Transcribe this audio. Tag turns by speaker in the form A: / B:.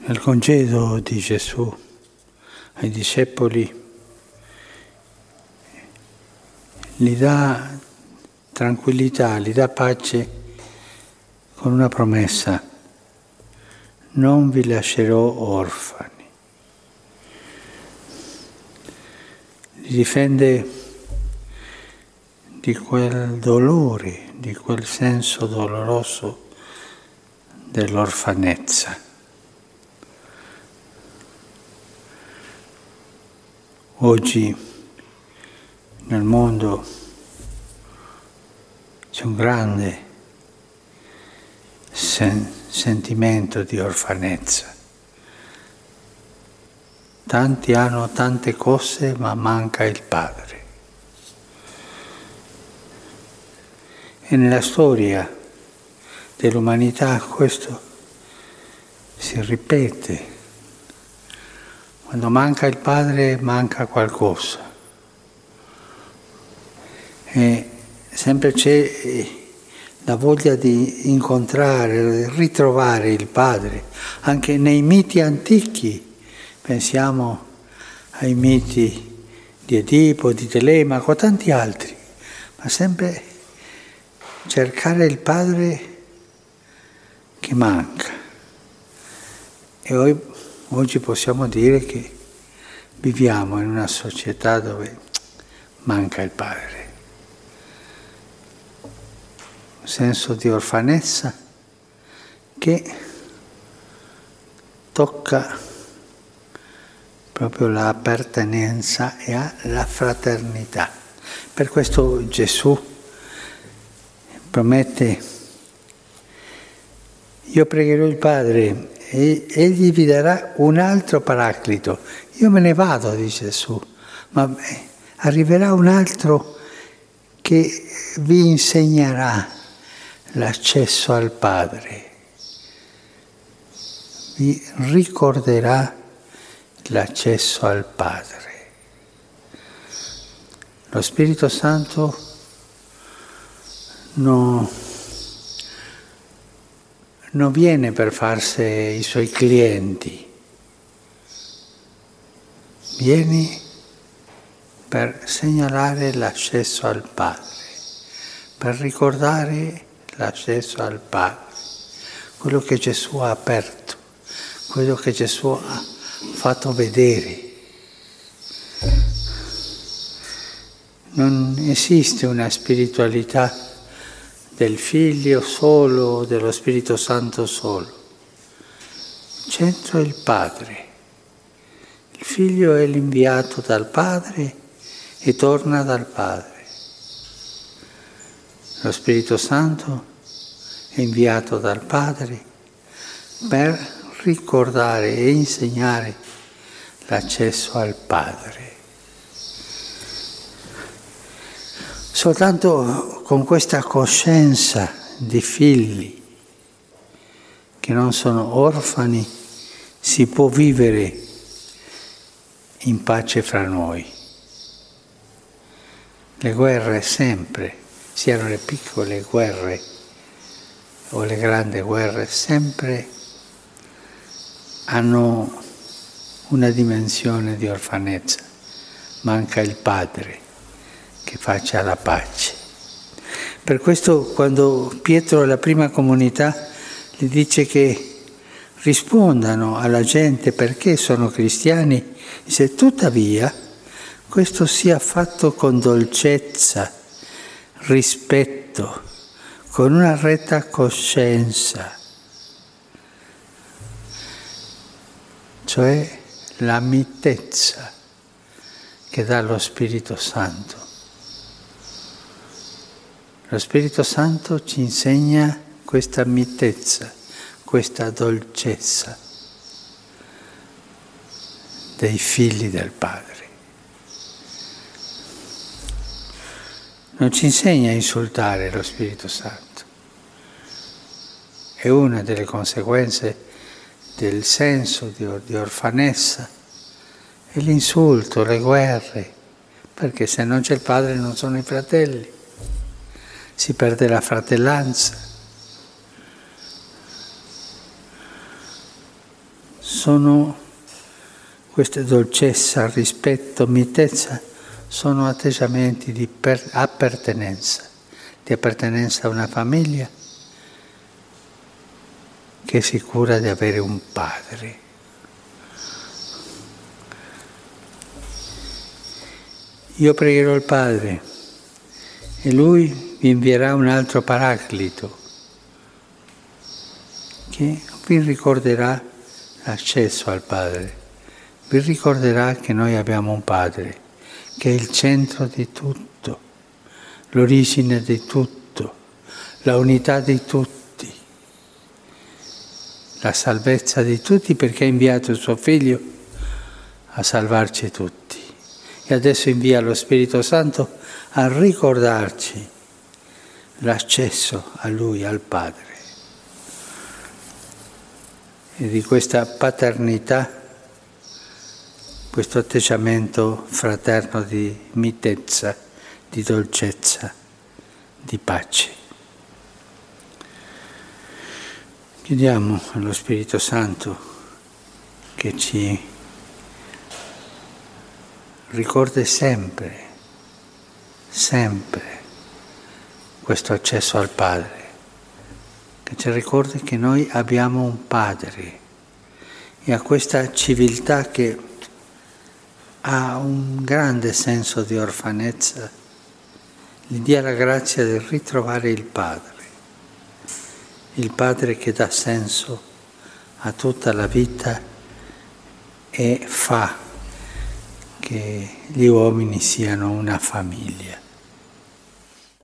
A: Nel congedo di Gesù ai discepoli gli dà tranquillità, gli dà pace con una promessa: non vi lascerò orfani. Li difende di quel dolore, di quel senso doloroso dell'orfanezza. Oggi nel mondo c'è un grande sentimento di orfanezza. Tanti hanno tante cose, ma manca il padre. E nella storia dell'umanità questo si ripete. Quando manca il padre, manca qualcosa. E sempre c'è la voglia di incontrare, ritrovare il padre. Anche nei miti antichi, pensiamo ai miti di Edipo, di Telemaco, tanti altri, ma sempre cercare il padre che manca. E oggi possiamo dire che viviamo in una società dove manca il padre. Un senso di orfanezza che tocca proprio l'appartenenza e la fraternità. Per questo Gesù promette: io pregherò il Padre e egli vi darà un altro paraclito. Io me ne vado, dice Gesù, ma arriverà un altro che vi insegnerà l'accesso al Padre, vi ricorderà l'accesso al Padre. Lo Spirito Santo non viene per farsi i suoi clienti, viene per segnalare l'accesso al Padre, per ricordare l'accesso al Padre, quello che Gesù ha aperto, quello che Gesù ha fatto vedere. Non esiste una spiritualità del Figlio solo, dello Spirito Santo solo. Il centro è il Padre. Il Figlio è l'inviato dal Padre e torna dal Padre. Lo Spirito Santo è inviato dal Padre per ricordare e insegnare l'accesso al Padre. Soltanto con questa coscienza di figli che non sono orfani si può vivere in pace fra noi. Le guerre sempre, siano le piccole guerre o le grandi guerre, sempre hanno una dimensione di orfanezza. Manca il padre che faccia la pace. Per questo quando Pietro alla prima comunità gli dice che rispondano alla gente perché sono cristiani, dice: tuttavia questo sia fatto con dolcezza, rispetto, con una retta coscienza, cioè la mitezza che dà lo Spirito Santo. Lo Spirito Santo ci insegna questa mitezza, questa dolcezza dei figli del Padre. Non ci insegna a insultare lo Spirito Santo. È una delle conseguenze del senso di orfanezza, è l'insulto, le guerre, perché se non c'è il Padre non sono i fratelli. Si perde la fratellanza. queste dolcezza, rispetto, mitezza, sono atteggiamenti di appartenenza a una famiglia che si cura di avere un padre. Io pregherò il Padre e Lui vi invierà un altro Paraclito che vi ricorderà l'accesso al Padre, vi ricorderà che noi abbiamo un Padre che è il centro di tutto, l'origine di tutto, la unità di tutti, la salvezza di tutti, perché ha inviato il suo Figlio a salvarci tutti. E adesso invia lo Spirito Santo a ricordarci l'accesso a Lui, al Padre. E di questa paternità, questo atteggiamento fraterno di mitezza, di dolcezza, di pace. Chiediamo allo Spirito Santo che ci ricordi sempre questo accesso al Padre, che ci ricordi che noi abbiamo un Padre e a questa civiltà che ha un grande senso di orfanezza, gli dia la grazia di ritrovare il Padre che dà senso a tutta la vita e fa che gli uomini siano una famiglia.